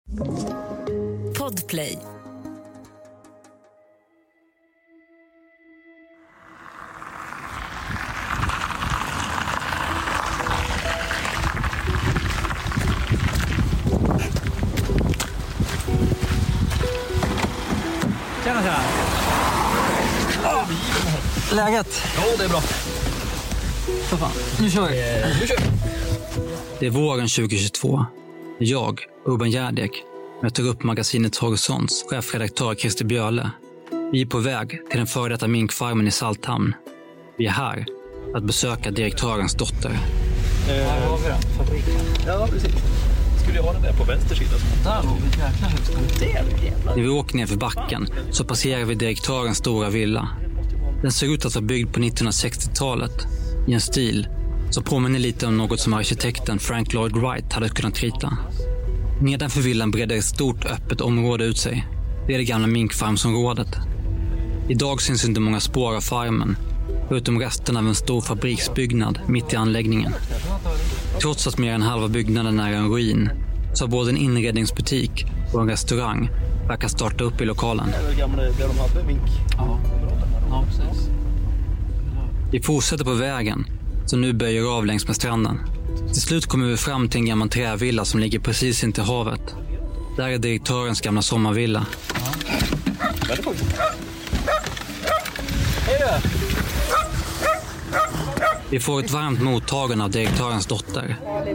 Podplay. Tjena. Läget? Ja, det är bra. Så fan, nu kör vi. Det är våren 2022. Jag, Urban Järdek, möter upp magasinets Horisonts chefredaktör Christer Björle. Vi är på väg till den före detta minkfarmen i Salthamn. Vi är här att besöka direktörens dotter. Här har vi den, fabriken. Ja, precis. Skulle jag ha den där på vänster sida? Där låg vi ett jäkla hus. Det är jävlar. När vi åker ner för backen så passerar vi direktörens stora villa. Den ser ut att vara byggd på 1960-talet i en stil som påminner lite om något som arkitekten Frank Lloyd Wright hade kunnat rita. Nedanför villan breder ett stort öppet område ut sig. Det är det gamla minkfarmsområdet. Idag syns inte många spår av farmen, förutom resten av en stor fabriksbyggnad mitt i anläggningen. Trots att mer än halva byggnaden är en ruin så har både en inredningsbutik och en restaurang verkar starta upp i lokalen. Det är väl gamla där de hade mink. Ja, precis. Vi fortsätter på vägen som nu böjer av längs med stranden. Till slut kommer vi fram till en gammal trävilla som ligger precis intill havet. Där är direktörens gamla sommarvilla. Vi får ett varmt mottagande av direktörens dotter.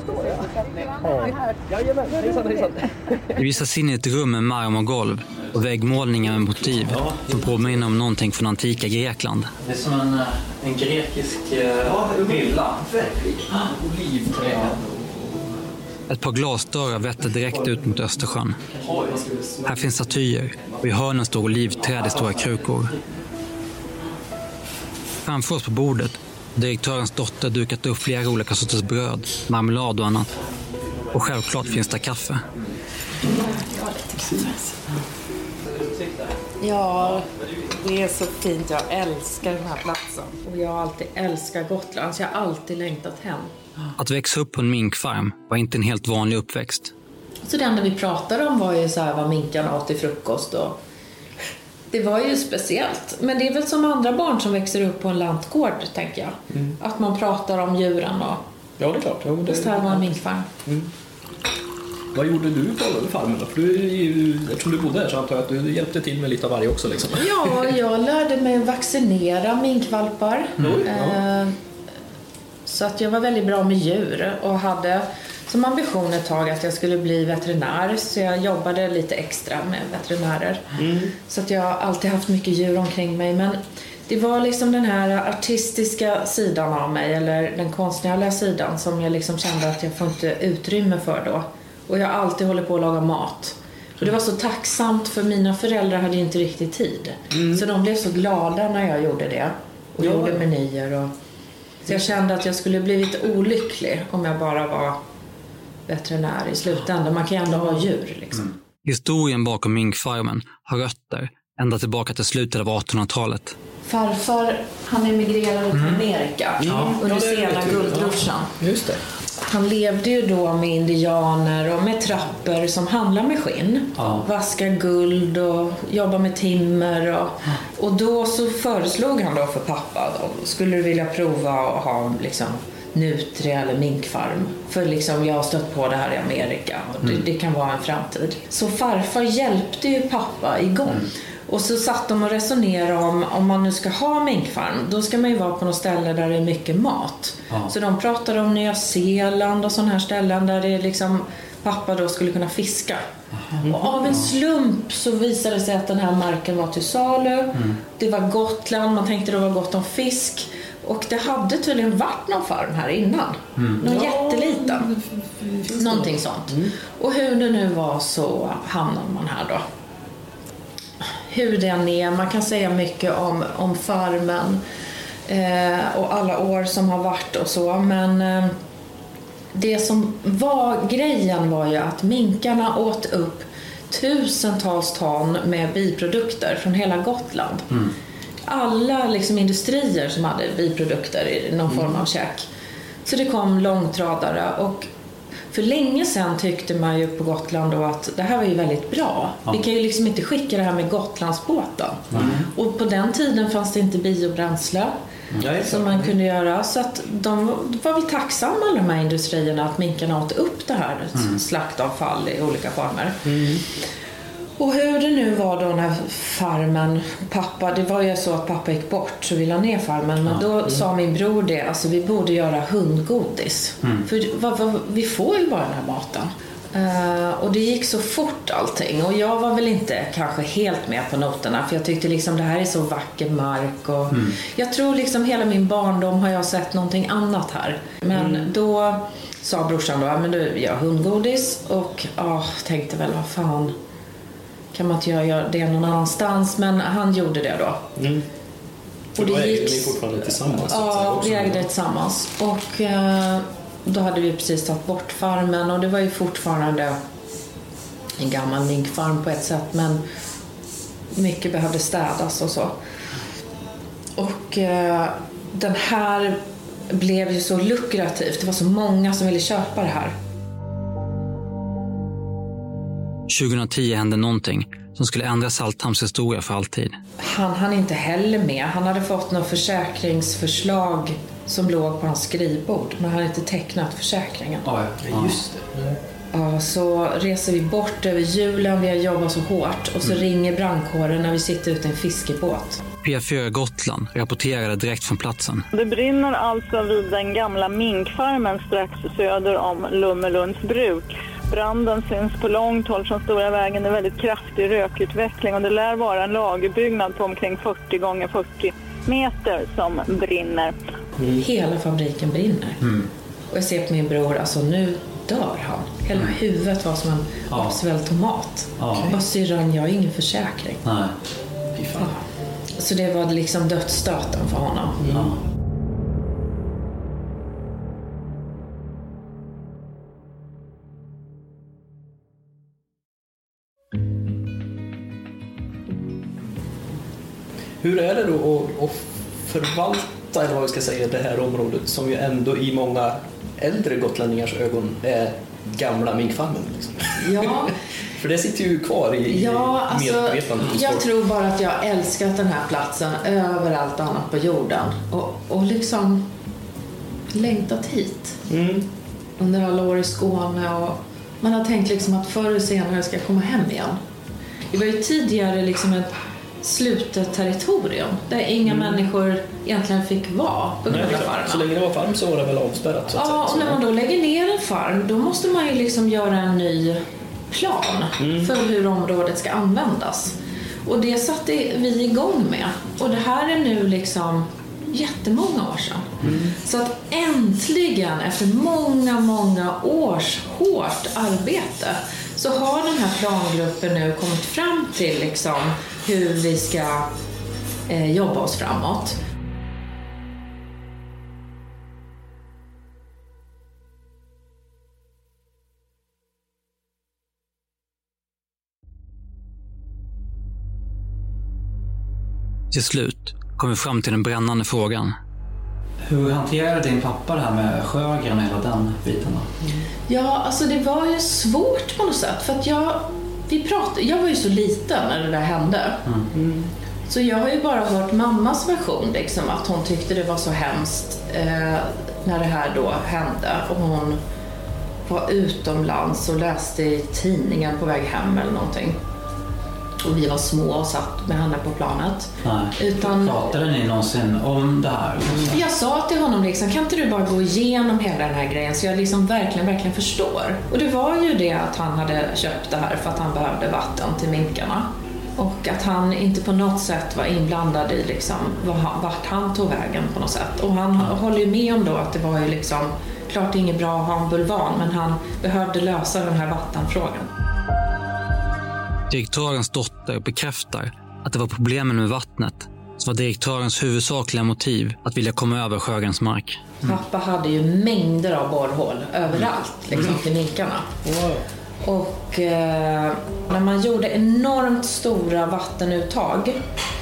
Vi visas in i ett rum med marmorgolv och väggmålningar med motiv som påminner om någonting från antika Grekland. Det är som en grekisk villa. Olivträd. Ett par glasdörrar vetter direkt ut mot Östersjön. Här finns statyer och i hörnen står olivträd i stora krukor. Framför oss på bordet har direktörens dotter dukat upp flera olika sorters bröd, marmelad och annat. Och självklart finns det kaffe. Ja, det är så fint. Jag älskar den här platsen. Och jag har alltid älskat Gotland, så jag har alltid längtat hem. Att växa upp på en minkfarm var inte en helt vanlig uppväxt. Så det enda vi pratade om var ju så här vad minkarna åt till frukost. Och det var ju speciellt. Men det är väl som andra barn som växer upp på en lantgård, tänker jag. Att man pratar om djuren och... Ja, det är klart. Ja, Just här var en minkfarm. Vad gjorde du på farmen då? För eftersom du bodde här så antar jag att du hjälpte till med lite av varje också liksom. Ja, jag lärde mig vaccinera minkvalpar. Så att jag var väldigt bra med djur och hade som ambition ett tag att jag skulle bli veterinär. Så jag jobbade lite extra med veterinärer. Så att jag har alltid haft mycket djur omkring mig. Men det var liksom den här artistiska sidan av mig, eller den konstnärliga sidan, som jag liksom kände att jag får inte utrymme för då. Och jag har alltid hållit på att laga mat. Och det var så tacksamt, för mina föräldrar hade inte riktigt tid. Så de blev så glada när jag gjorde det. Och gjorde menyer. Och... Så jag kände att jag skulle blivit olycklig om jag bara var veterinär i slutändan. Man kan ju ändå ha djur liksom. Historien bakom minkfarmen har rötter ända tillbaka till slutet av 1800-talet. Farfar, han emigrerade till Amerika under sena guldruschen. Just det. Han levde ju då med indianer och med trappor som handlar med skinn. Vaska guld och jobba med timmer. Och då så föreslog han då för pappa, då, skulle du vilja prova att ha liksom nutria eller minkfarm? För liksom jag har stött på det här i Amerika och det kan vara en framtid. Så farfar hjälpte ju pappa igång. Och så satt de och resonerade om man nu ska ha minkfarm, då ska man ju vara på något ställe där det är mycket mat. Så de pratade om Nya Zeeland och sådana här ställen där det liksom pappa då skulle kunna fiska. Och av en slump så visade det sig att den här marken var till salu. Det var Gotland, man tänkte det var gott om fisk. Och det hade tydligen varit någon farm här innan. Någon jätteliten. Någonting sånt. Och hur det nu var så hamnade man här då. Hur den är, man kan säga mycket om farmen och alla år som har varit och så, men det som var grejen var ju att minkarna åt upp tusentals ton med biprodukter från hela Gotland. Alla liksom industrier som hade biprodukter i någon form av käk. Så det kom långtradare och För länge sedan tyckte man ju på Gotland då att det här var ju väldigt bra. Vi kan ju liksom inte skicka det här med Gotlandsbåten. Och på den tiden fanns det inte biobränsle som man kunde göra. Så att de var väl tacksamma, de här industrierna, att minkarna åt upp det här slaktavfall i olika former. Och hur det nu var då när farmen, det var ju så att pappa gick bort så vi la ner farmen. Men då sa min bror det, alltså vi borde göra hundgodis. För vi får ju bara den här maten. Och det gick så fort allting. Och jag var väl inte kanske helt med på noterna. För jag tyckte liksom det här är så vacker mark. Och jag tror liksom hela min barndom har jag sett någonting annat här. Men då sa brorsan då, men du gör hundgodis. Och tänkte väl, vad fan, kan man inte göra det någon annanstans? Men han gjorde det då. Och då ägde ni fortfarande tillsammans? Ja, vi ägde tillsammans. Och då hade vi precis tagit bort farmen. Och det var ju fortfarande en gammal minkfarm på ett sätt. Men mycket behövde städas och så. Och den här blev ju så lukrativt. Det var så många som ville köpa det här. 2010 hände någonting som skulle ändra Salthamns historia för alltid. Han inte heller med. Han hade fått något försäkringsförslag som låg på hans skrivbord. Men han hade inte tecknat försäkringen. Ja, just det. Ja, så reser vi bort över julen. Vi har jobbat så hårt. Och så ringer brandkåren när vi sitter ute i en fiskebåt. P4 Gotland rapporterade direkt från platsen. Det brinner alltså vid den gamla minkfarmen strax söder om Lummelunds bruk. Branden syns på långt håll från stora vägen. Det är väldigt kraftig rökutveckling och det lär vara en lagerbyggnad på omkring 40 gånger 40 meter som brinner. Hela fabriken brinner. Och jag ser på min bror, alltså nu dör han. Hela huvudet var som en uppsvälld tomat. Vad syrran, jag har ingen försäkring. Nej. Så det var liksom dödsstöten för honom. Hur är det då att förvalta, eller vad vi ska säga, det här området som ju ändå i många äldre gotläningars ögon är gamla minkfarmen liksom? Ja. För det sitter ju kvar i medvetandet. Jag tror bara att jag älskat den här platsen över allt annat på jorden. Och liksom längtat hit. Under alla år i Skåne. Och man har tänkt liksom att förr eller senare ska jag komma hem igen. Det var ju tidigare liksom ett slutet territorium där inga människor egentligen fick vara på grund av farmarna. Så länge det var farm så var det väl avspärrat? Så att säga. Och när man då lägger ner en farm, då måste man ju liksom göra en ny plan för hur området ska användas. Och det satte vi igång med. Och det här är nu liksom jättemånga år sedan. Så att äntligen, efter många års hårt arbete, så har den här plangruppen nu kommit fram till liksom hur vi ska jobba oss framåt. Till slut kom vi fram till den brännande frågan. Hur hanterade din pappa det här med Sjögren och hela den biten då? Ja, alltså det var ju svårt på något sätt. För att jag var ju så liten när det där hände. Så jag har ju bara hört mammas version liksom, att hon tyckte det var så hemskt när det här då hände. Och hon var utomlands och läste i tidningen på väg hem eller någonting. Och vi var små och satt med henne på planet. Nej. Pratade ni någonsin om det här? Jag sa till honom liksom, kan inte du bara gå igenom hela den här grejen så jag liksom verkligen förstår. Och det var ju det att han hade köpt det här för att han behövde vatten till minkarna. Och att han inte på något sätt var inblandad i liksom vart han tog vägen på något sätt. Och han håller ju med om då att det var ju liksom, klart det är inget bra att ha en bulvan, men han behövde lösa den här vattenfrågan. Direktörens dotter bekräftar att det var problemen med vattnet som var direktörens huvudsakliga motiv att vilja komma över Sjögrens mark. Pappa hade ju mängder av borrhål överallt liksom, till minkarna. Och när man gjorde enormt stora vattenuttag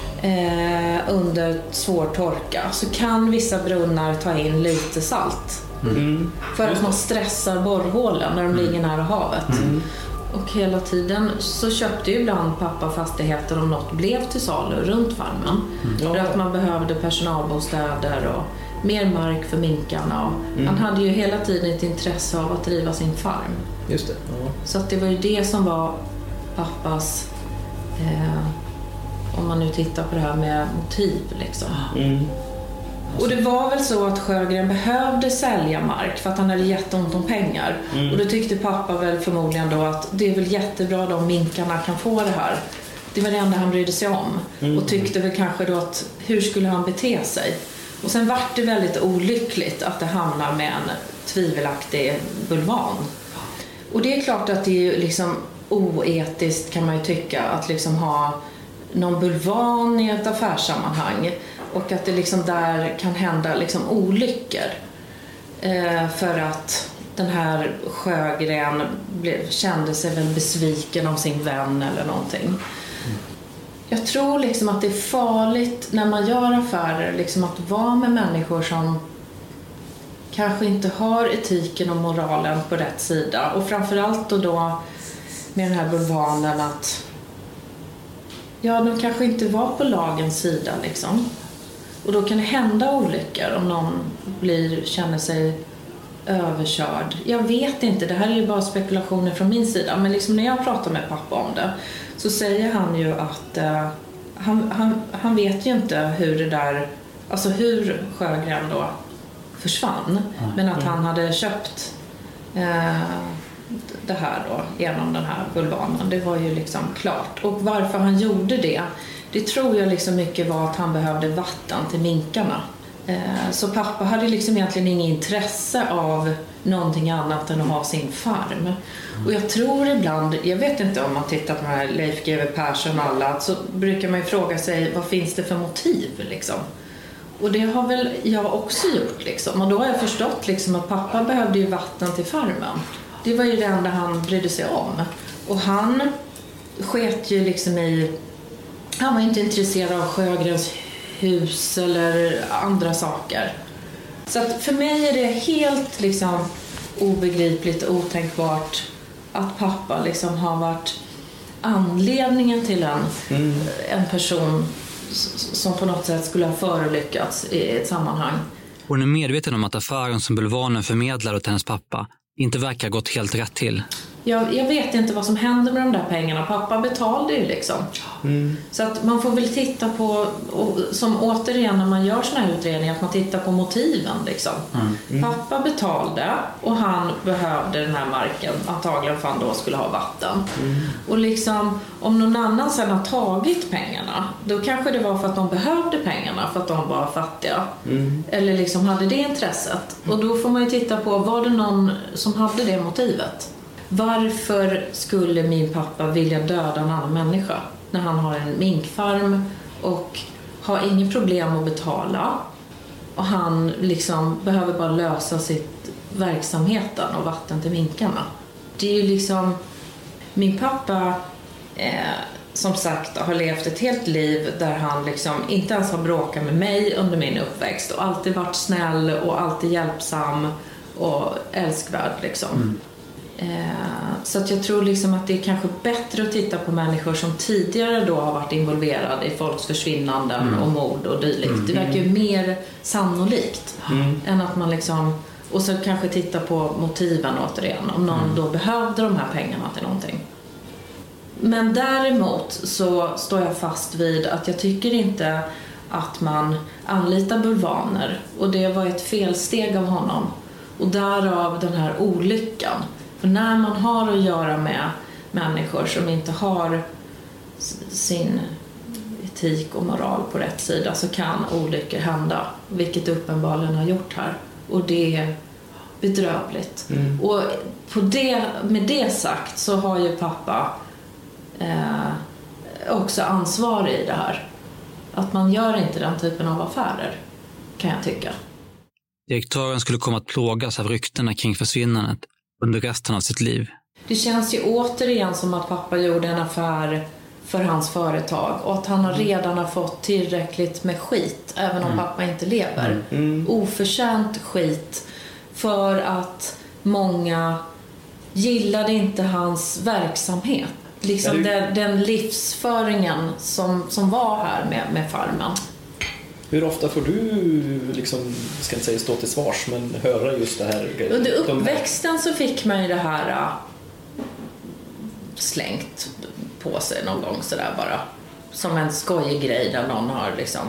under svår torka så kan vissa brunnar ta in lite salt. För att man stressar borrhålen när de ligger nära havet. Och hela tiden så köpte ju ibland pappa fastigheter om något blev till salu runt farmen. För att man behövde personalbostäder och mer mark för minkarna. Och han hade ju hela tiden ett intresse av att driva sin farm. Just det. Ja. Så att det var ju det som var pappas, om man nu tittar på det här med motiv liksom. Och det var väl så att Sjögren behövde sälja mark för att han hade jätteont om pengar. Och då tyckte pappa väl förmodligen då att det är väl jättebra då om minkarna kan få det här. Det var det enda han brydde sig om. Och tyckte väl kanske då att hur skulle han bete sig? Och sen var det väldigt olyckligt att det hamnade med en tvivelaktig bulvan. Och det är klart att det är liksom oetiskt kan man ju tycka att liksom ha någon bulvan i ett affärssammanhang. Och att det liksom där kan hända liksom olyckor. För att den här Sjögren kände sig väl besviken om sin vän eller någonting. Jag tror liksom att det är farligt när man gör affärer liksom att vara med människor som kanske inte har etiken och moralen på rätt sida. Och framförallt då med den här bulvanen att de kanske inte var på lagens sida liksom. Och då kan det hända olyckor om någon känner sig överkörd. Jag vet inte, det här är ju bara spekulationer från min sida. Men liksom när jag pratar med pappa om det så säger han ju att han vet ju inte hur det där, alltså hur Sjögren då försvann. Men att han hade köpt det här då genom den här bulvanen. Det var ju liksom klart. Och varför han gjorde det tror jag liksom mycket var att han behövde vatten till minkarna. Så pappa hade liksom egentligen inget intresse av någonting annat än att ha sin farm. Och jag tror ibland, jag vet inte om man tittar på den här Leif GW Persson och alla, så brukar man ju fråga sig vad finns det för motiv liksom. Och det har väl jag också gjort liksom. Och då har jag förstått liksom att pappa behövde ju vatten till farmen. Det var ju det enda han brydde sig om. Och han sket ju liksom han var inte intresserad av Sjögrens hus eller andra saker. Så att för mig är det helt liksom obegripligt och otänkbart att pappa liksom har varit anledningen till en person som på något sätt skulle ha förolyckats i ett sammanhang. Hon är medveten om att affären som bulvanen förmedlade åt hennes pappa inte verkar gått helt rätt till. Jag vet inte vad som händer med de där pengarna. Pappa betalade ju liksom. Så att man får väl titta på, som återigen när man gör såna här utredningar, att man tittar på motiven liksom. Pappa betalade och han behövde den här marken antagligen för han då skulle ha vatten. Och liksom om någon annan sen har tagit pengarna, då kanske det var för att de behövde pengarna för att de var fattiga. Eller liksom hade det intresset. Och då får man ju titta på, var det någon som hade det motivet? Varför skulle min pappa vilja döda en annan människa när han har en minkfarm och har ingen problem att betala och han liksom behöver bara lösa sitt verksamheten och vatten till minkarna? Det är ju liksom, min pappa som sagt har levt ett helt liv där han liksom inte ens har bråkat med mig under min uppväxt och alltid varit snäll och alltid hjälpsam och älskvärd liksom. Så att jag tror liksom att det är kanske bättre att titta på människor som tidigare då har varit involverade i folks försvinnanden och mord och dylikt. Det verkar ju mer sannolikt än att man liksom, och så kanske titta på motiven återigen, om någon då behövde de här pengarna till någonting. Men däremot så står jag fast vid att jag tycker inte att man anlitar bulvaner, och det var ett felsteg av honom, och därav den här olyckan. För när man har att göra med människor som inte har sin etik och moral på rätt sida, så kan olyckor hända, vilket uppenbarligen har gjort här. Och det är bedrövligt. Och med det sagt så har ju pappa också ansvar i det här. Att man gör inte den typen av affärer, kan jag tycka. Direktören skulle komma att plågas av ryktena kring försvinnandet under resten av sitt liv. Det känns ju återigen som att pappa gjorde en affär för hans företag och att han redan har fått tillräckligt med skit, även om pappa inte lever. Oförtjänt skit för att många gillade inte hans verksamhet. Liksom den livsföringen som var här med farmen. Hur ofta får du, liksom, jag ska inte säga stå till svars, men höra just det här? Under uppväxten så fick man ju det här slängt på sig någon gång sådär bara. Som en skojig grej där någon har liksom...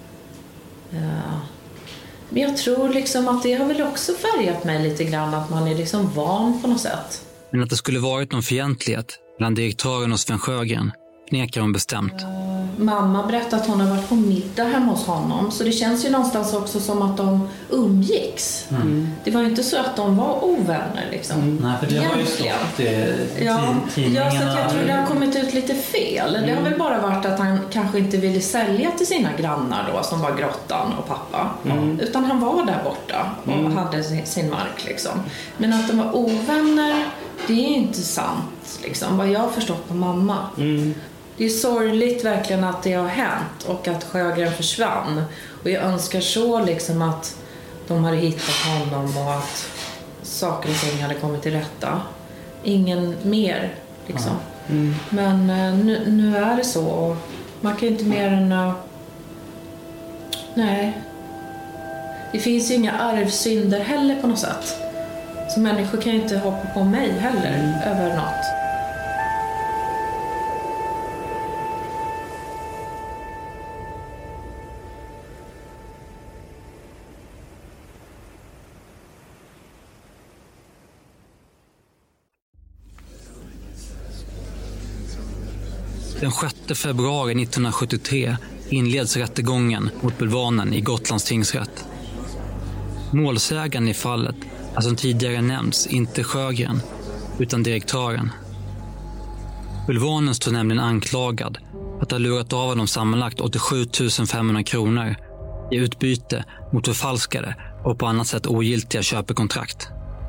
Men jag tror liksom att det har väl också färgat mig lite grann, att man är liksom van på något sätt. Men att det skulle varit någon fientlighet bland direktören och Sven Sjögren nekar hon bestämt. Mamma berättade att hon har varit på middag hemma hos honom. Så det känns ju någonstans också som att de umgicks. Det var ju inte så att de var ovänner liksom. Nej, för det har ju stått tidningarna. Ja, så att jag tror det har kommit ut lite fel. Det har väl bara varit att han kanske inte ville sälja till sina grannar då, som var Grottan och pappa. Utan han var där borta och hade sin mark liksom. Men att de var ovänner, det är inte sant liksom, vad jag har förstått på mamma. Det är sorgligt verkligen att det har hänt och att Sjögren försvann. Och jag önskar så liksom att de hade hittat honom och att saker och ting hade kommit till rätta. Ingen mer liksom. Men nu är det så. Och man kan inte mer än... Nej. Det finns ju inga arvsynder heller på något sätt. Så människor kan ju inte hoppa på mig heller över något. Den 6 februari 1973 inleds rättegången mot bulvanen i Gotlands tingsrätt. Målsägaren i fallet är som tidigare nämnts inte Sjögren utan direktören. Bulvanen står nämligen anklagad att ha lurat av honom sammanlagt 87 500 kronor i utbyte mot förfalskade och på annat sätt ogiltiga köpekontrakt.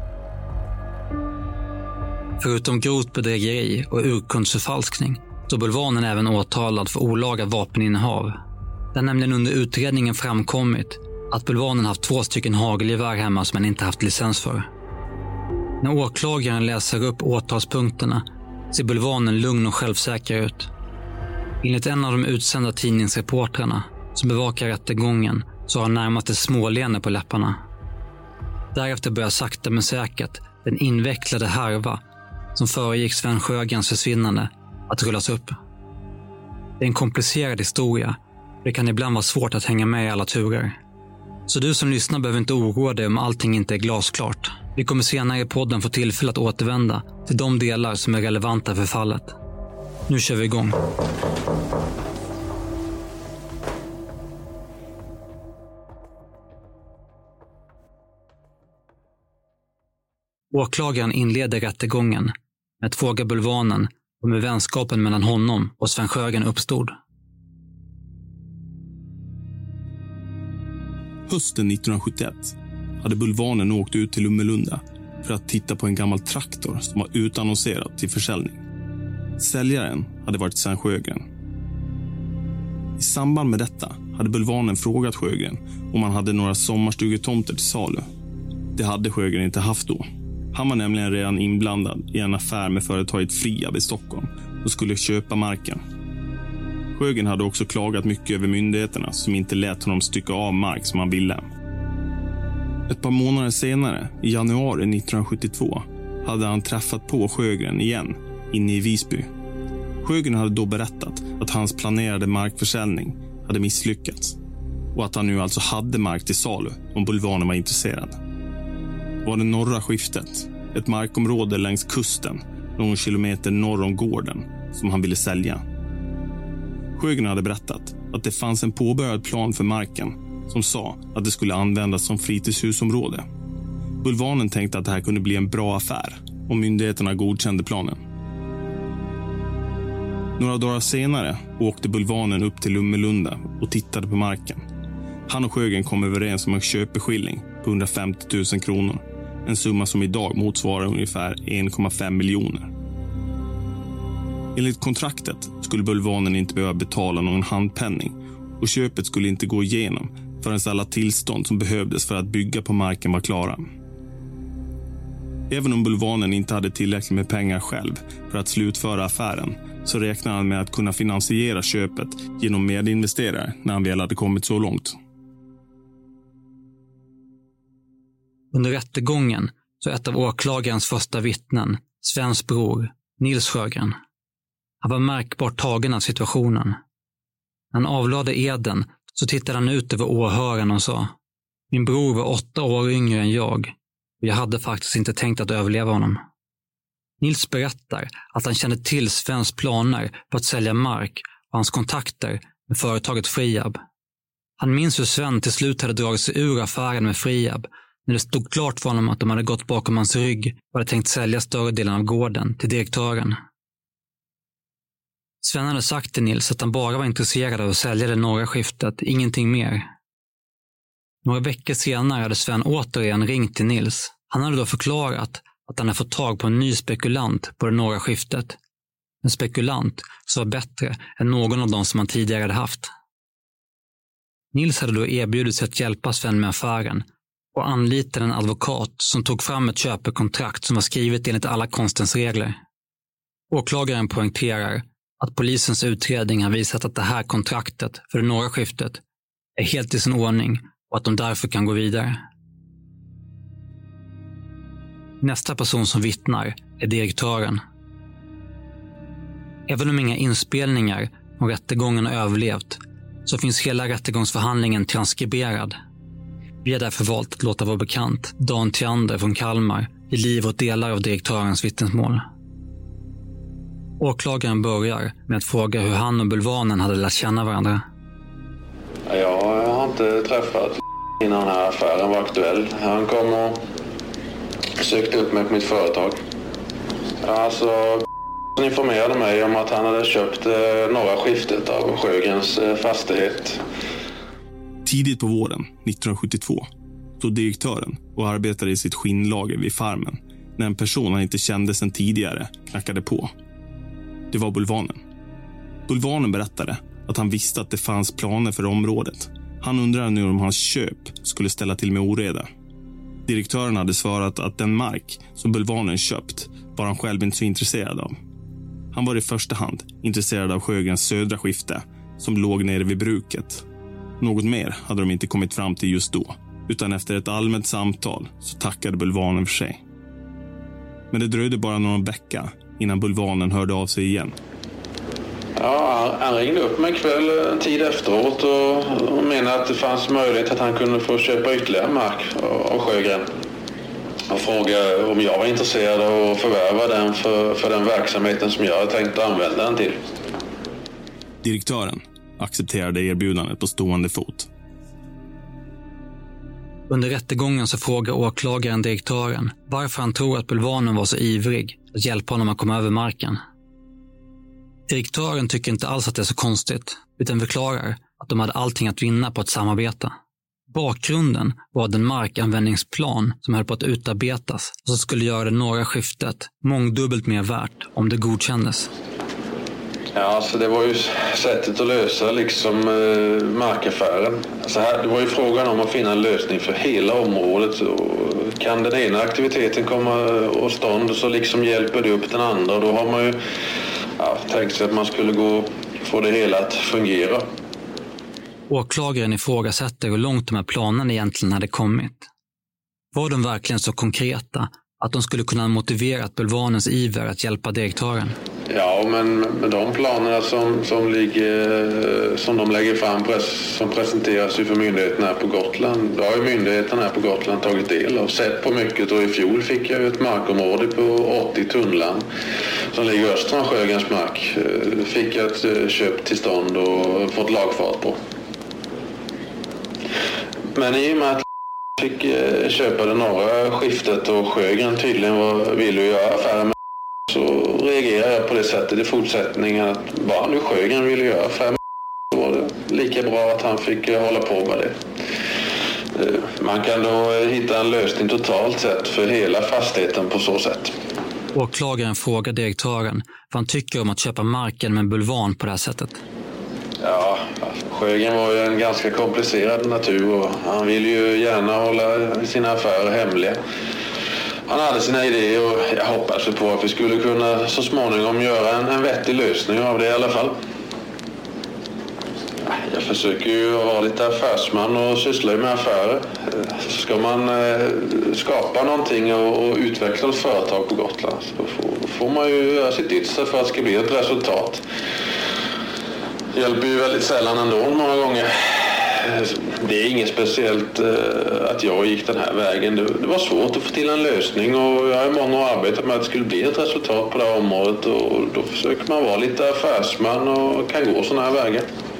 Förutom grovt bedrägeri och urkundsförfalskning så bulvanen även åtalad för olaga vapeninnehav. Det har nämligen under utredningen framkommit att bulvanen haft 2 stycken hagelgevär hemma som han inte haft licens för. När åklagaren läser upp åtalspunkterna ser bulvanen lugn och självsäker ut. Enligt en av de utsända tidningsreportrarna som bevakar rättegången så har han närmast ett småleende på läpparna. Därefter börjar sakta men säkert den invecklade härva som föregick Sven Sjögrens försvinnande att rullas upp. Det är en komplicerad historia. Det kan ibland vara svårt att hänga med i alla turer. Så du som lyssnar behöver inte oroa dig om allting inte är glasklart. Vi kommer senare i podden få tillfälle att återvända till de delar som är relevanta för fallet. Nu kör vi igång. Åklagaren inleder rättegången med att fråga bulvanen om hur vänskapen mellan honom och Sven Sjögren uppstod. Hösten 1971 hade bulvanen åkt ut till Lummelunda för att titta på en gammal traktor som var utannonserad till försäljning. Säljaren hade varit Sven Sjögren. I samband med detta hade bulvanen frågat Sjögren om han hade några sommarstugetomter till salu. Det hade Sjögren inte haft då. Han var nämligen redan inblandad i en affär med företaget Friab i Stockholm och skulle köpa marken. Sjögren hade också klagat mycket över myndigheterna som inte lät honom stycka av mark som han ville. Ett par månader senare, i januari 1972, hade han träffat på Sjögren igen inne i Visby. Sjögren hade då berättat att hans planerade markförsäljning hade misslyckats och att han nu alltså hade mark till salu om bulvanen var intresserad. Det var det norra skiftet, ett markområde längs kusten någon kilometer norr om gården som han ville sälja. Sjögren hade berättat att det fanns en påbörjad plan för marken som sa att det skulle användas som fritidshusområde. Bulvanen tänkte att det här kunde bli en bra affär om myndigheterna godkände planen. Några dagar senare åkte bulvanen upp till Lummelunda och tittade på marken. Han och Sjögren kom överens om en köpeskilling på 150 000 kronor. En summa som idag motsvarar ungefär 1,5 miljoner. Enligt kontraktet skulle bulvanen inte behöva betala någon handpenning och köpet skulle inte gå igenom förrän alla tillstånd som behövdes för att bygga på marken var klara. Även om bulvanen inte hade tillräckligt med pengar själv för att slutföra affären, så räknade han med att kunna finansiera köpet genom medinvesterare när han väl hade kommit så långt. Under rättegången så ett av åklagarens första vittnen, Svens bror, Nils Sjögren. Han var märkbart tagen av situationen. När han avlade eden så tittade han ut över åhöraren och sa: min bror var 8 år yngre än jag och jag hade faktiskt inte tänkt att överleva honom. Nils berättar att han kände till Svens planer på att sälja mark och hans kontakter med företaget Friab. Han minns hur Sven till slut hade dragit sig ur affären med Friab när det stod klart för honom att de hade gått bakom hans rygg och hade tänkt sälja större delen av gården till direktören. Sven hade sagt till Nils att han bara var intresserad av att sälja det norra skiftet, ingenting mer. Några veckor senare hade Sven återigen ringt till Nils. Han hade då förklarat att han hade fått tag på en ny spekulant på det norra skiftet. En spekulant som var bättre än någon av dem som han tidigare hade haft. Nils hade då erbjudit sig att hjälpa Sven med affären och anlitade en advokat som tog fram ett köpekontrakt som var skrivet enligt alla konstens regler. Åklagaren poängterar att polisens utredning har visat att det här kontraktet för det norra skiftet är helt i sin ordning och att de därför kan gå vidare. Nästa person som vittnar är direktören. Även om inga inspelningar och rättegången har överlevt så finns hela rättegångsförhandlingen transkriberad. Vi har därför valt att låta vår bekant Dan Theander från Kalmar ge liv åt delar av direktörens vittnesmål. Åklagaren börjar med att fråga hur han och bulvanen hade lärt känna varandra. Jag har inte träffat innan den här affären var aktuell. Han kom och sökte upp mig på mitt företag. Alltså, han informerade mig om att han hade köpt norra skiftet av Sjögrens fastighet. Tidigt på våren 1972 stod direktören och arbetade i sitt skinnlager vid farmen när en person han inte kände sedan tidigare knackade på. Det var bulvanen. Bulvanen berättade att han visste att det fanns planer för området. Han undrade nu om hans köp skulle ställa till med oreda. Direktören hade svarat att den mark som bulvanen köpt var han själv inte så intresserad av. Han var i första hand intresserad av Sjögrens södra skifte som låg nere vid bruket. Något mer hade de inte kommit fram till just då, utan efter ett allmänt samtal så tackade bulvanen för sig. Men det dröjde bara någon vecka innan bulvanen hörde av sig igen. Ja, han ringde upp mig kväll en tid efteråt och menade att det fanns möjlighet att han kunde få köpa ytterligare mark av Sjögren. Och frågade om jag var intresserad av att förvärva den för den verksamheten som jag hade tänkt att använda den till. Direktören accepterade erbjudandet på stående fot. Under rättegången så frågar åklagaren direktören varför han tror att bulvanen var så ivrig att hjälpa honom att komma över marken. Direktören tycker inte alls att det är så konstigt, utan förklarar att de hade allting att vinna på att samarbeta. Bakgrunden var den markanvändningsplan som höll på att utarbetas och som skulle göra det norra skiftet mångdubbelt mer värt om det godkändes. Ja, alltså det var ju sättet att lösa liksom markaffären. Alltså här, det var ju frågan om att finna en lösning för hela området. Och kan den ena aktiviteten komma åt stånd så liksom hjälper det upp den andra. Och då har man ju tänkt sig att man skulle gå få det hela att fungera. Åklagaren ifrågasätter hur långt de här planerna egentligen hade kommit. Var de verkligen så konkreta att de skulle kunna motivera bulvanens iver att hjälpa direktören? Ja, men de planerna som de lägger fram som presenteras ju för myndigheterna här på Gotland. Då har ju myndigheterna här på Gotland tagit del och sett på mycket. Och i fjol fick jag ett markområde på 80 tunnland som ligger öster om Sjögrens mark. Fick jag ett köptillstånd och fått lagfart på. Men i och med att jag fick köpa det norra skiftet och Sjögren tydligen ville göra affärer med, så reagerar jag på det sättet i fortsättningen att bara nu Sjögren ville göra affärer med, så var det lika bra att han fick hålla på med det. Man kan då hitta en lösning totalt sett för hela fastigheten på så sätt. Åklagaren frågar direktören vad han tycker om att köpa marken med bulvan på det här sättet. Ja, Sjögren var ju en ganska komplicerad natur och han ville ju gärna hålla sina affärer hemliga. Han hade sina idéer och jag hoppades på att vi skulle kunna så småningom göra en vettig lösning av det i alla fall. Jag försöker ju vara lite affärsman och syssla med affärer. Ska man skapa någonting och utveckla ett företag på Gotland så får man ju göra sitt yttersta för att det ska bli ett resultat. Det hjälper ju väldigt sällan ändå många gånger. Det är inget speciellt att jag gick den här vägen. Det var svårt att få till en lösning och jag har många år arbetat med att det skulle bli ett resultat på det här området och då försöker man vara lite affärsman och kan gå såna här vägar.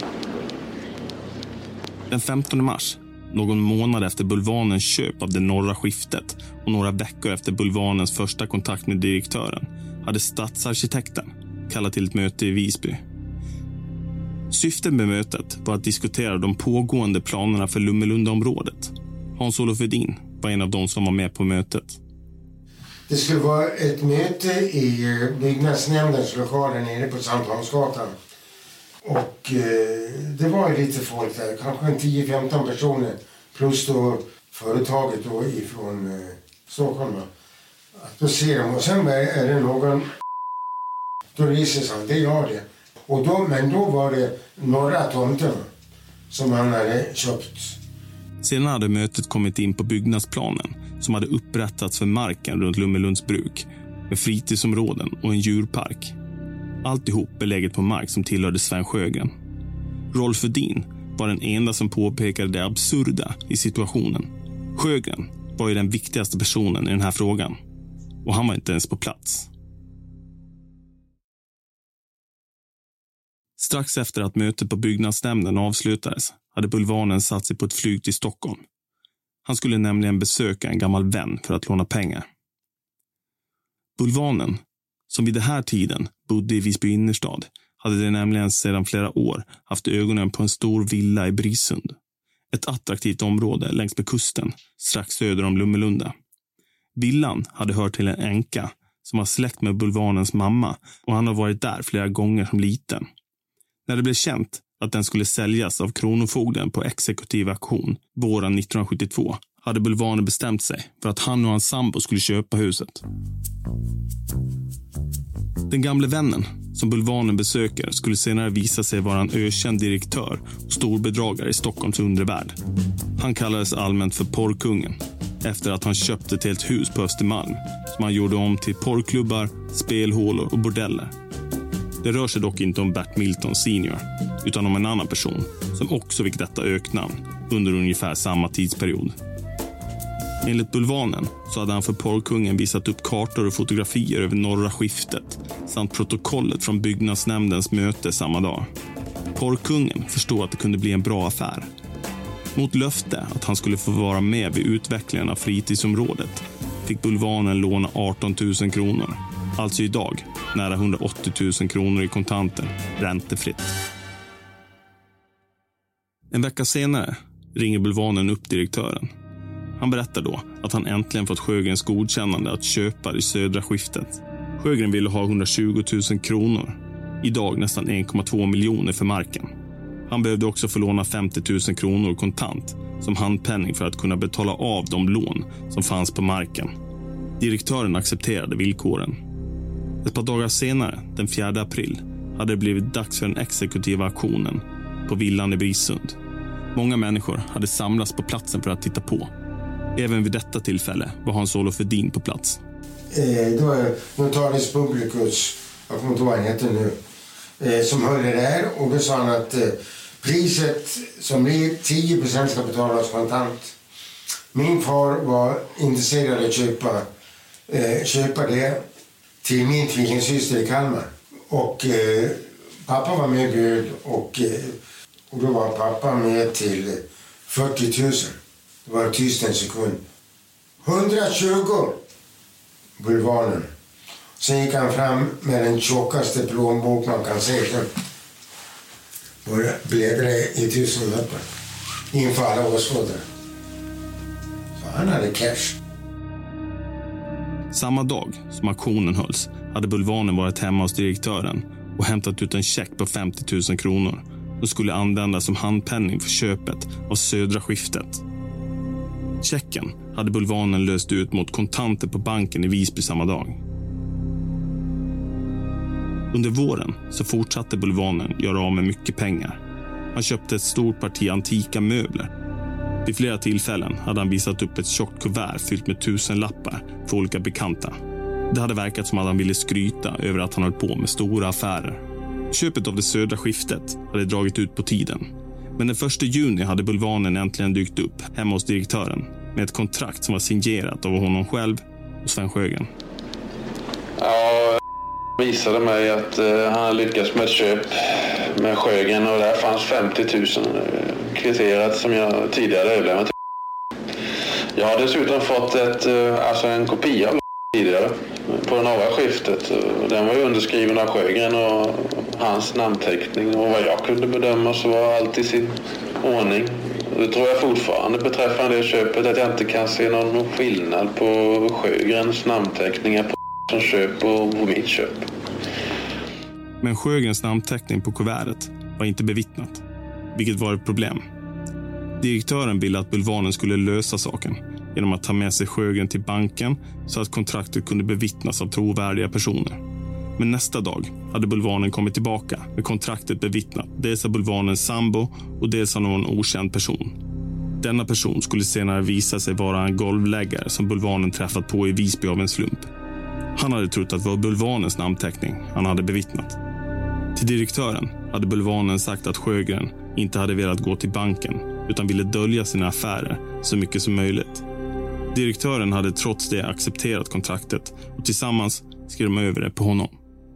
Den 15 mars, någon månad efter Bulvanens köp av det norra skiftet och några veckor efter Bulvanens första kontakt med direktören, hade stadsarkitekten kallat till ett möte i Visby. Syftet med mötet var att diskutera de pågående planerna för Lummelundaområdet. Hans-Olof Edin var en av de som var med på mötet. Det skulle vara ett möte i byggnadsnämndens lokaler nere på Sankt Hansgatan. Och det var ju lite folk där, kanske 10-15 personer. Plus då företaget då ifrån Stockholm. Att då ser de, och sen är det någon, då reser sig, det gör det. Men då var det norra tomten som han hade köpt. Sedan hade mötet kommit in på byggnadsplanen som hade upprättats för marken runt Lummelunds bruk med fritidsområden och en djurpark. Alltihop beläget på mark som tillhörde Sven Sjögren. Rolf Edin var den enda som påpekade det absurda i situationen. Sjögren var ju den viktigaste personen i den här frågan och han var inte ens på plats. Strax efter att mötet på byggnadsnämnden avslutades hade Bulvanen satt sig på ett flyg till Stockholm. Han skulle nämligen besöka en gammal vän för att låna pengar. Bulvanen, som vid den här tiden bodde i Visby innerstad, hade det nämligen sedan flera år haft ögonen på en stor villa i Brisund. Ett attraktivt område längs med kusten, strax söder om Lummelunda. Villan hade hört till en änka som var släkt med Bulvanens mamma och han har varit där flera gånger som liten. När det blev känt att den skulle säljas av kronofogden på exekutiv auktion våren 1972 hade Bulvanen bestämt sig för att han och hans sambo skulle köpa huset. Den gamle vännen som Bulvanen besöker skulle senare visa sig vara en ökänd direktör och storbedragare i Stockholms undervärld. Han kallades allmänt för porrkungen efter att han köpte ett helt hus på Östermalm som han gjorde om till porrklubbar, spelhålor och bordeller. Det rör sig dock inte om Bert Milton senior utan om en annan person som också fick detta öknamn under ungefär samma tidsperiod. Enligt Bulvanen så hade han för porrkungen visat upp kartor och fotografier över norra skiftet samt protokollet från byggnadsnämndens möte samma dag. Porrkungen förstod att det kunde bli en bra affär. Mot löfte att han skulle få vara med vid utvecklingen av fritidsområdet fick Bulvanen låna 18 000 kronor. Alltså idag nära 180 000 kronor i kontanter, räntefritt. En vecka senare ringer Bulvanen upp direktören. Han berättar då att han äntligen fått Sjögrens godkännande att köpa i södra skiftet. Sjögren ville ha 120 000 kronor. Idag nästan 1,2 miljoner för marken. Han behövde också få låna 50 000 kronor kontant som handpenning för att kunna betala av de lån som fanns på marken. Direktören accepterade villkoren. Ett par dagar senare, den 4 april, hade det blivit dags för den exekutiva auktionen på villan i Brisund. Många människor hade samlats på platsen för att titta på. Även vid detta tillfälle var Hans-Olof Edin på plats. Det var Notaris Publicus, jag kommer inte ihåg vad han heter nu, som höll det där. Och då sa han att priset som blir 10% ska betalas kontant. Min far var intresserad att köpa det till min tvillingsyster i Kalmar. Och pappa var med bjöd och då var pappa med till 40 000. Det var tyst en sekund. 120! Bulvanen. Sen gick han fram med den tjockaste plånbok man kan se. Och bläddrade i 1000-lappar. Inför alla åskådare. Så han hade cash. Samma dag som auktionen hölls hade Bulvanen varit hemma hos direktören och hämtat ut en check på 50 000 kronor som skulle användas som handpenning för köpet av södra skiftet. Checken hade bulvanen löst ut mot kontanter på banken i Visby samma dag. Under våren så fortsatte bulvanen göra av med mycket pengar. Han köpte ett stort parti antika möbler. Vid flera tillfällen hade han visat upp ett tjockt kuvert fyllt med 1000-lappar för olika bekanta. Det hade verkat som att han ville skryta över att han höll på med stora affärer. Köpet av det södra skiftet hade dragit ut på tiden. Men den 1 juni hade bulvanen äntligen dykt upp hemma hos direktören med ett kontrakt som var signerat av honom själv och Sven Sjögren. Ja, visade mig att han lyckats med ett köp med Sjögren och där fanns 50 000 kvitterat som jag tidigare överlämnat till. Jag har dessutom fått en kopia av tidigare på det norra skiftet. Den var ju underskriven av Sjögren och hans namnteckning, och vad jag kunde bedöma så var allt i sin ordning. Det tror jag fortfarande beträffande det köpet, att jag inte kan se någon skillnad på Sjögrens namnteckningar på som köp och på mitt köp. Men Sjögrens namnteckning på kuvertet var inte bevittnat, vilket var ett problem. Direktören ville att bulvanen skulle lösa saken genom att ta med sig Sjögren till banken så att kontraktet kunde bevittnas av trovärdiga personer. Men nästa dag hade bulvanen kommit tillbaka med kontraktet bevittnat dels av bulvanens sambo och dels av någon okänd person. Denna person skulle senare visa sig vara en golvläggare som bulvanen träffat på i Visby av en slump. Han hade trott att det var bulvanens namnteckning han hade bevittnat. Till direktören hade bulvanen sagt att Sjögren inte hade velat gå till banken utan ville dölja sina affärer så mycket som möjligt. Direktören hade trots det accepterat kontraktet och tillsammans skrev de över det på honom.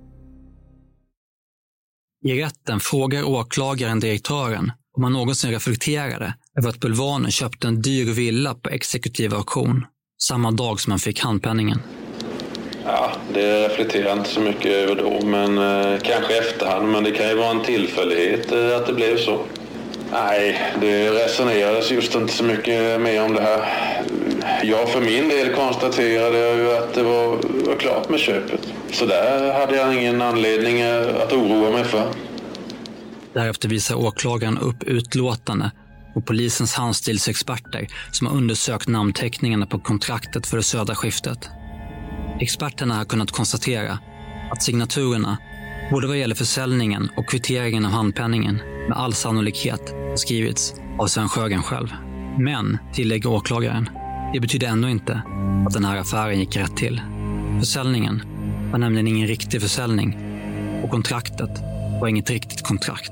I rätten frågar åklagaren direktören om han någonsin reflekterade över att bulvanen köpte en dyr villa på exekutiv auktion samma dag som han fick handpenningen. Ja, det reflekterar inte så mycket över då, men kanske efterhand. Men det kan ju vara en tillfällighet att det blev så. Nej, det resonerades just inte så mycket mer om det här. Jag för min del konstaterade ju att det var klart med köpet. Så där hade jag ingen anledning att oroa mig för. Därefter visar åklagaren upp utlåtande och polisens handstilsexperter som har undersökt namnteckningarna på kontraktet för det södra skiftet. Experterna har kunnat konstatera att signaturerna, både vad gäller försäljningen och kvitteringen av handpenningen, med all sannolikhet har skrivits av Sven Sjögren själv. Men, tillägger åklagaren, det betyder ändå inte att den här affären gick rätt till. Försäljningen var nämligen ingen riktig försäljning och kontraktet var inget riktigt kontrakt.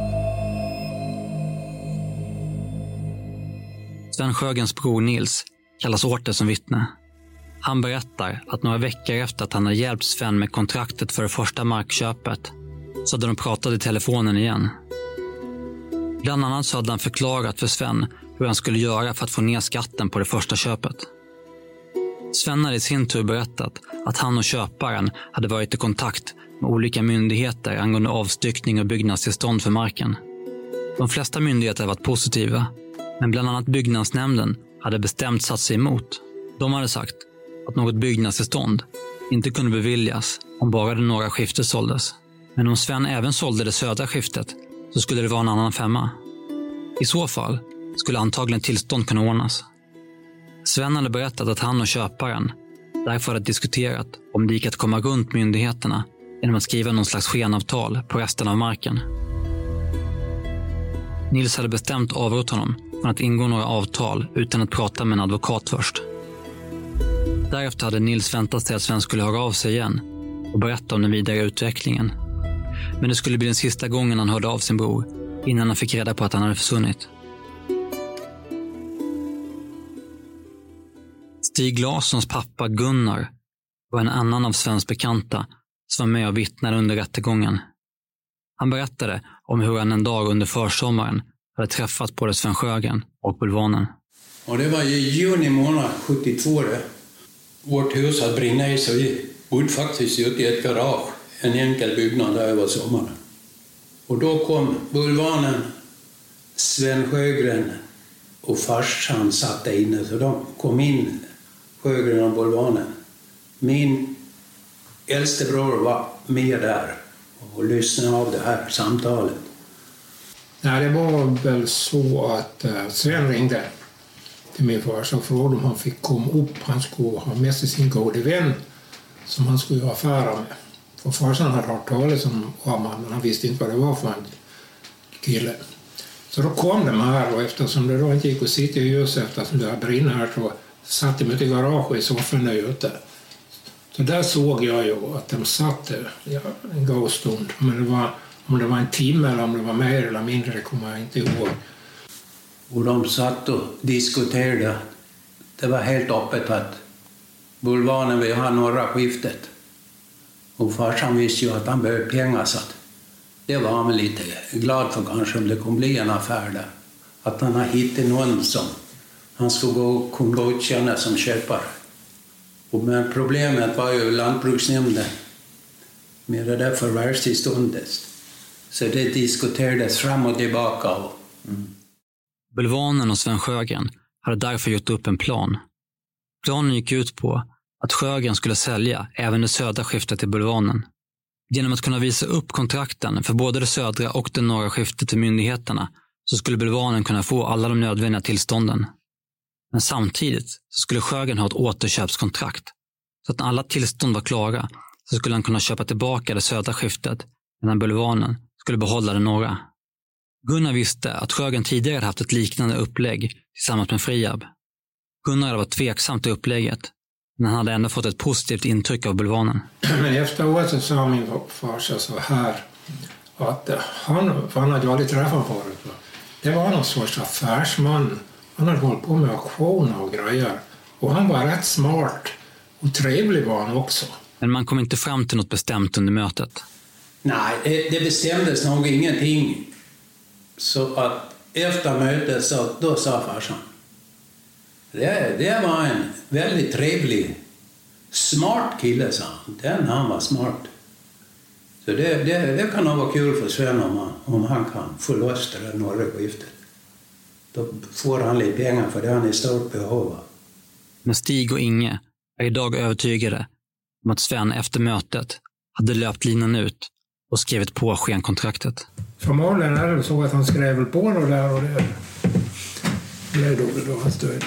Sven Sjögrens bror Nils kallas åter som vittne. Han berättar att några veckor efter att han hade hjälpt Sven med kontraktet för det första markköpet så hade de pratat i telefonen igen. Bland annat så hade han förklarat för Sven hur han skulle göra för att få ner skatten på det första köpet. Sven hade i sin tur berättat att han och köparen hade varit i kontakt med olika myndigheter angående avstyckning och byggnadstillstånd för marken. De flesta myndigheter hade varit positiva, men bland annat byggnadsnämnden hade bestämt satt sig emot. De hade sagt att något byggnadstillstånd inte kunde beviljas om bara det norra skiftet såldes. Men om Sven även sålde det södra skiftet så skulle det vara en annan femma. I så fall skulle antagligen tillstånd kunna ordnas. Sven hade berättat att han och köparen därför hade diskuterat om det gick att komma runt myndigheterna genom att skriva någon slags skenavtal på resten av marken. Nils hade bestämt avrått honom från att ingå några avtal utan att prata med en advokat först. Därefter hade Nils väntat sig att Sven skulle höra av sig igen och berätta om den vidare utvecklingen. Men det skulle bli den sista gången han hörde av sin bror innan han fick reda på att han hade försvunnit. Stig Larssons pappa Gunnar var en annan av Svens bekanta som var med och vittnade under rättegången. Han berättade om hur han en dag under försommaren hade träffat både Sven Sjögren och bulvanen. Och det var i juni månad 72 det. Vårt hus hade brinnit i så vi bodde faktiskt ute i ett garage, en enkel byggnad där över sommaren. Och då kom bulvanen, Sven Sjögren och farsan satt där inne, så de kom in, Sjögren och bulvanen. Min äldste bror var med där och lyssnade av det här samtalet. Nej, det var väl så att Sven ringde till min far så frågade om han fick komma upp. Han skulle ha med sig sin gode vän som han skulle ha affärer med. För farsan hade hört talas om honom, men han visste inte vad det var för en kille. Så då kom de här, och eftersom det då inte gick att sitta i huset eftersom det brinner här, så satt de ute i garaget i soffan där ute. Så där såg jag ju att de satt en god stund. Men om det var en timme eller om det var mer eller mindre, det kommer jag inte ihåg. Och de satt och diskuterade. Det var helt öppet att bulvanen vill ha norra skiftet. Och farsan visste ju att han behövde pengar, så att det var han lite glad för kanske om det kommer bli en affär där. Att han har hittat någon som han skulle kunna godkänna som köpare. Men problemet var ju lantbruksnämnden med det där förvärvstillståndet. Så det diskuterades fram och tillbaka. Bulvanen och Sven Sjögren hade därför gjort upp en plan. Planen gick ut på att Sjögren skulle sälja även det södra skiftet till bulvanen. Genom att kunna visa upp kontrakten för både det södra och det norra skiftet till myndigheterna så skulle bulvanen kunna få alla de nödvändiga tillstånden. Men samtidigt så skulle Sjögren ha ett återköpskontrakt. Så att när alla tillstånd var klara så skulle han kunna köpa tillbaka det södra skiftet medan bulvanen skulle behålla det norra. Gunnar visste att Sjögren tidigare hade haft ett liknande upplägg tillsammans med Friab. Gunnar hade varit tveksam till upplägget, men han hade ändå fått ett positivt intryck av bulvanen. Men efteråt så sa min farsa så här att han hade ju aldrig träffat förut. Det var någon sorts affärsman. Han hade hållit på med auktioner och grejer. Och han var rätt smart och trevlig var han också. Men man kom inte fram till något bestämt under mötet. Nej, det bestämdes nog ingenting. Så att efter mötet så då sa farsan. Det var en väldigt trevlig, smart kille, sa han. Han var smart. Så det kan nog vara kul för Sven om han kan få loss det norra skiftet. Då får han lite pengar för det han är stort behov av. Men Stig och Inge är idag övertygade om att Sven efter mötet hade löpt linan ut och skrivit på skenkontraktet. Förmodligen är det så att han skrev på det där och det blev då hans död.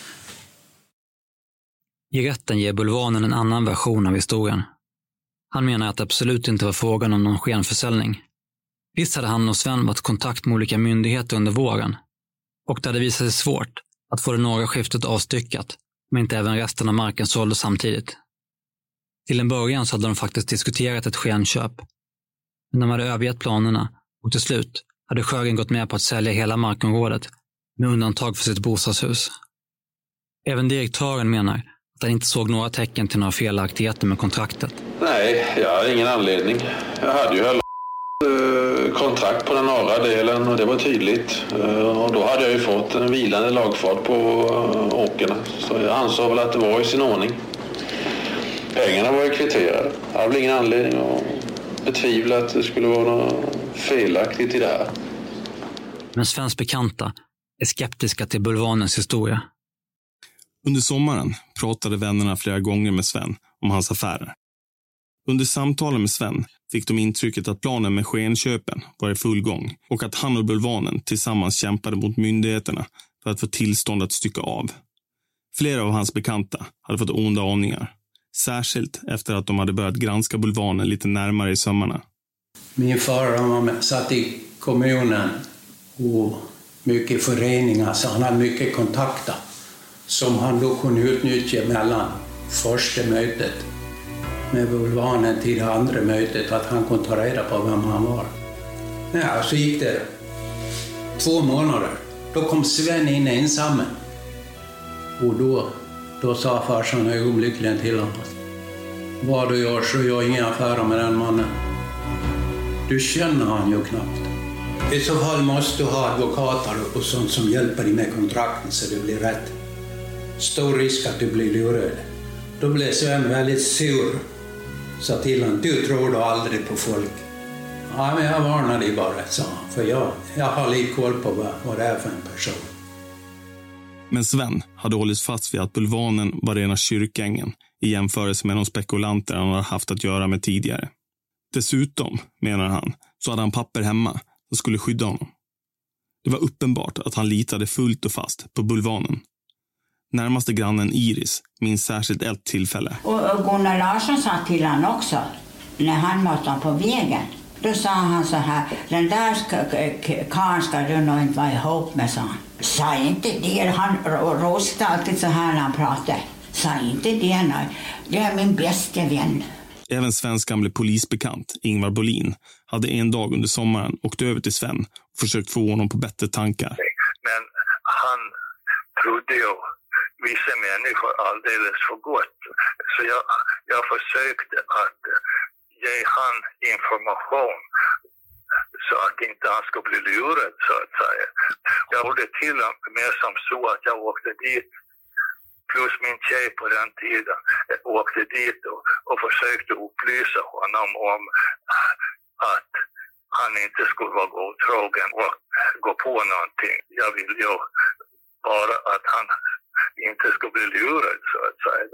I rätten ger bulvanen en annan version av historien. Han menar att det absolut inte var frågan om någon skenförsäljning. Visst hade han och Sven varit i kontakt med olika myndigheter under våren. Och det hade visat sig svårt att få det norra skiftet avstyckat, men inte även resten av marken sålde samtidigt. Till en början så hade de faktiskt diskuterat ett skenköp. Men de hade övergett planerna och till slut hade Sjögren gått med på att sälja hela markområdet med undantag för sitt bostadshus. Även direktören menar att han inte såg några tecken till några felaktigheter med kontraktet. Nej, jag har ingen anledning. Jag hade ju kontrakt på den norra delen och det var tydligt. Och då hade jag ju fått en vilande lagfart på åkerna. Så jag ansåg väl att det var i sin ordning. Pengarna var ju kvitterade. Jag hade ingen anledning att betvivla att det skulle vara något felaktigt i det här. Men Svens bekanta är skeptiska till bulvanens historia. Under sommaren pratade vännerna flera gånger med Sven om hans affärer. Under samtalen med Sven fick de intrycket att planen med skenköpen var i full gång och att han och bulvanen tillsammans kämpade mot myndigheterna för att få tillstånd att stycka av. Flera av hans bekanta hade fått onda aningar, särskilt efter att de hade börjat granska bulvanen lite närmare i sömmarna. Min far han satt i kommunen och mycket föreningar, så han hade mycket kontakter som han då kunde utnyttja mellan första mötet med bulvanen till det andra mötet, att han kunde ta reda på vem han var. Ja, så gick det 2 månader. Då kom Sven in ensam. Och då sa farsan ögonblickligen till honom: vad du gör så gör inga affärer med den mannen. Du känner han ju knappt. I så fall måste du ha advokater och sånt som hjälper dig med kontrakten så det blir rätt. Stor risk att du blir lurad. Då blev Sven väldigt sur. Sa till honom: du tror då aldrig på folk. Ja, men jag varnar dig bara, sa han. För jag har lite koll på vad det är för en person. Men Sven hade hållit fast vid att bulvanen var rena kyrkängen i jämförelse med de spekulanter han hade haft att göra med tidigare. Dessutom, menar han, så hade han papper hemma som skulle skydda honom. Det var uppenbart att han litade fullt och fast på bulvanen. Närmaste grannen Iris minns särskilt ett tillfälle. Och Gunnar Larsson sa till han också, när han mötte honom på vägen. Då sa han så här, den där karln ska du nog inte vara ihop med, sa han. Sa inte det, han rostade alltid så här när han pratade. Sa inte det, nej. Det är min bästa vän. Även Svens gamle polisbekant, Ingvar Bolin, hade en dag under sommaren åkt över till Sven och försökt få honom på bättre tankar. Men han trodde ju vissa människor alldeles för gott. Så jag försökte att ge han information så att inte han skulle bli lurad, så att säga. Jag gjorde till och med som så att jag åkte dit, plus min tjej på den tiden åkte dit och försökte upplysa honom om att han inte skulle vara godtrogen och gå på någonting. Jag vill ju bara att han inte skulle bli lurad, så att säga.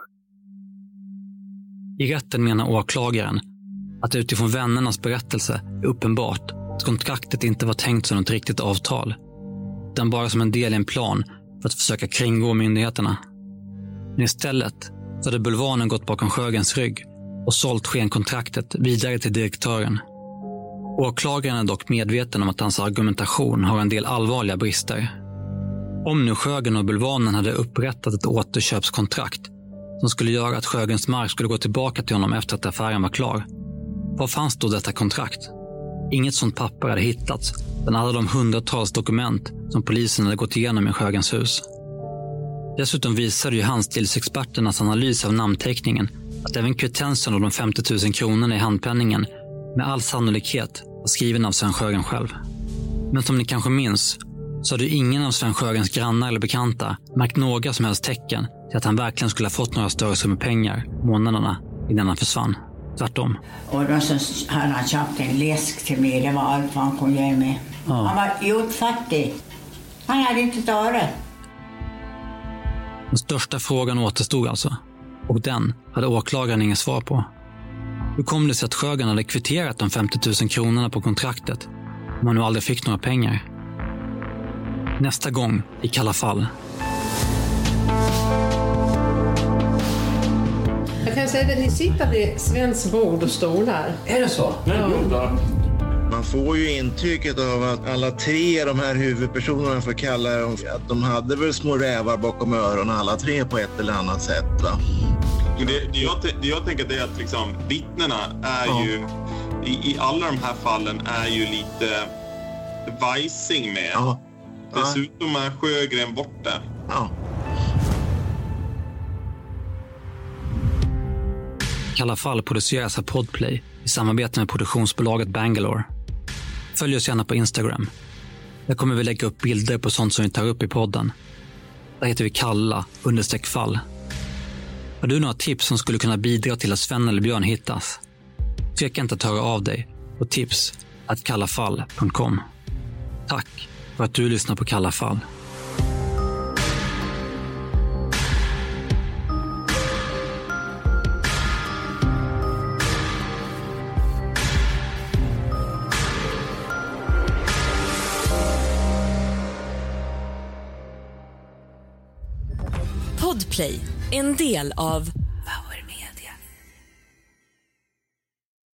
I rätten menar åklagaren att utifrån vännernas berättelse är uppenbart att kontraktet inte var tänkt som ett riktigt avtal, utan bara som en del i en plan för att försöka kringgå myndigheterna. Men istället så hade Bulvanen gått bakom Sjögrens rygg och sålt skenkontraktet vidare till direktören. Åklagaren är dock medveten om att hans argumentation har en del allvarliga brister. Om nu Sjögren och Bulvanen hade upprättat ett återköpskontrakt som skulle göra att Sjögrens mark skulle gå tillbaka till honom efter att affären var klar, var fanns då detta kontrakt? Inget sånt papper hade hittats bland alla de hundratals dokument som polisen hade gått igenom i Sjögrens hus. Dessutom visade ju handstilsexperternas analys av namnteckningen att även kvittensen och de 50 000 kronorna i handpenningen med all sannolikhet var skriven av Sven Sjögren själv. Men som ni kanske minns så hade ingen av Sven Sjögrens grannar eller bekanta märkt några som helst tecken till att han verkligen skulle ha fått några större summor pengar månaderna innan han försvann. Tvärtom. Och då så hade han köpt en läsk till mig, det var allt vad han kunde ge mig. Ja. Han var utfattig. Han hade inte ett öre. Den största frågan återstod alltså. Och den hade åklagaren ingen svar på. Hur kom det sig att Sjögren hade kvitterat de 50 000 kronorna på kontraktet om han nu aldrig fick några pengar? Nästa gång i Kalla fall. Jag kan säga att ni sitter vid Svens bord och stolar. Är det så? Ja. Man får ju intrycket av att alla tre de här huvudpersonerna, får kalla dem, att de hade väl små rävar bakom öronen alla tre på ett eller annat sätt, va? Jag tänker det är att liksom, vittnena är ju i alla de här fallen är ju lite vajsing med. Ja. Dessutom är Sjögren borta. Ja. Kalla fall produceras av Podplay i samarbete med produktionsbolaget Bangalore. Följ oss gärna på Instagram. Där kommer vi lägga upp bilder på sånt som vi tar upp i podden. Där heter vi Kalla_fall. Har du några tips som skulle kunna bidra till att Sven eller Björn hittas? Tveka inte att höra av dig på tips@kallafall.com. Tack för att du lyssnar på Kalla fall. Podplay, en del av